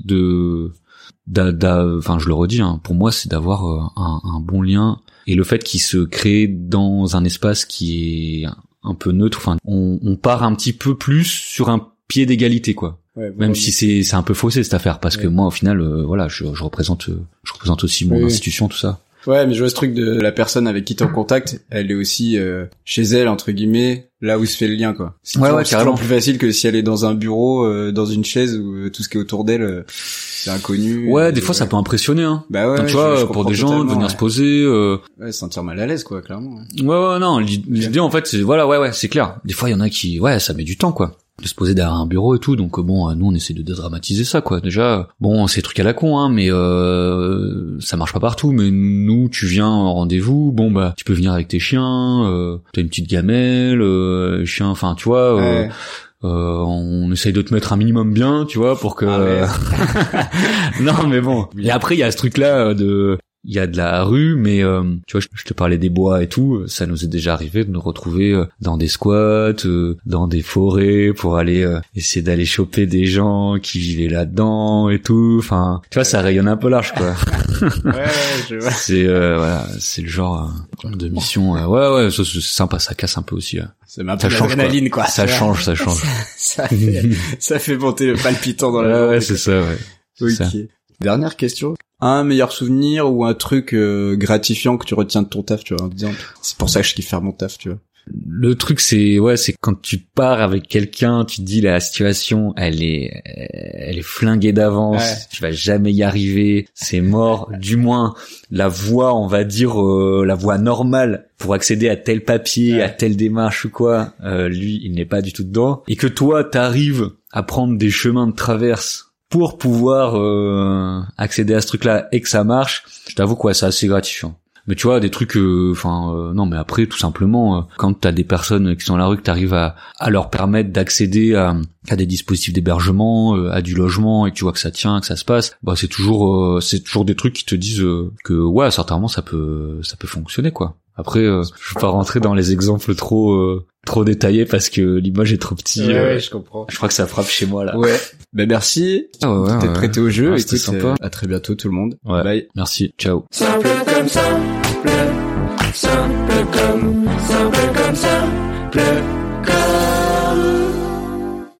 enfin je le redis, hein, pour moi c'est d'avoir un bon lien et le fait qu'il se crée dans un espace qui est un peu neutre. Enfin, on part un petit peu plus sur un pied d'égalité, quoi. Ouais, même si c'est un peu faussé cette affaire, parce que moi au final, voilà, je représente aussi mon institution, tout ça. Ouais, mais je vois ce truc de la personne avec qui t'es en contact, elle est aussi chez elle entre guillemets, là où se fait le lien, quoi. C'est carrément plus facile que si elle est dans un bureau, dans une chaise où tout ce qui est autour d'elle c'est inconnu. Ouais, des fois ça peut impressionner, hein. Bah ouais, tu vois, pour des gens de venir se poser, ouais, se sentir mal à l'aise, quoi, clairement. Ouais, non, l'idée en fait c'est ouais, c'est clair. Des fois il y en a qui ça met du temps, quoi, de se poser derrière un bureau et tout, donc bon, nous on essaie de dédramatiser ça, quoi. Déjà, bon, c'est des trucs à la con, hein, mais ça marche pas partout. Mais nous, tu viens en rendez-vous, bon bah, tu peux venir avec tes chiens, t'as une petite gamelle, chien, enfin, tu vois. On essaye de te mettre un minimum bien, tu vois, pour que. Non, mais bon. Et après, il y a ce truc-là il y a de la rue, mais tu vois, je te parlais des bois et tout, ça nous est déjà arrivé de nous retrouver dans des squats, dans des forêts pour aller essayer d'aller choper des gens qui vivaient là-dedans et tout. Enfin, tu vois, ça rayonne un peu large, quoi. Ouais, je vois. C'est voilà, c'est le genre de mission. Ouais, ça c'est sympa, ça casse un peu aussi. Ça met un peu d'adrénaline, quoi. Ça change. ça fait monter le palpitant dans la journée. Ouais, c'est ça, ouais. Ok. Ça. Dernière question. Un meilleur souvenir ou un truc gratifiant que tu retiens de ton taf, tu vois, en disant c'est pour ça que je kiffe faire mon taf, tu vois. Le truc c'est quand tu pars avec quelqu'un, tu te dis la situation elle est flinguée d'avance, tu vas jamais y arriver, c'est mort. Du moins la voie, on va dire la voie normale pour accéder à tel papier, à telle démarche ou quoi, lui il n'est pas du tout dedans, et que toi t'arrives à prendre des chemins de traverse pour pouvoir accéder à ce truc-là et que ça marche, je t'avoue quoi, c'est assez gratifiant. Mais tu vois, des trucs, non, mais après, tout simplement, quand t'as des personnes qui sont à la rue, que t'arrives à leur permettre d'accéder à des dispositifs d'hébergement, à du logement, et que tu vois que ça tient, que ça se passe, bah c'est toujours des trucs qui te disent que ouais, certainement ça peut fonctionner, quoi. Après, je vais pas rentrer dans les exemples trop détaillés parce que l'image est trop petite. Ouais, je comprends. Je crois que ça frappe chez moi là. Ouais. Ben merci. T'es prêté au jeu. Écoute, sympa. À très bientôt tout le monde. Ouais. Bye. Merci. Ciao. Simple comme simple, simple comme simple.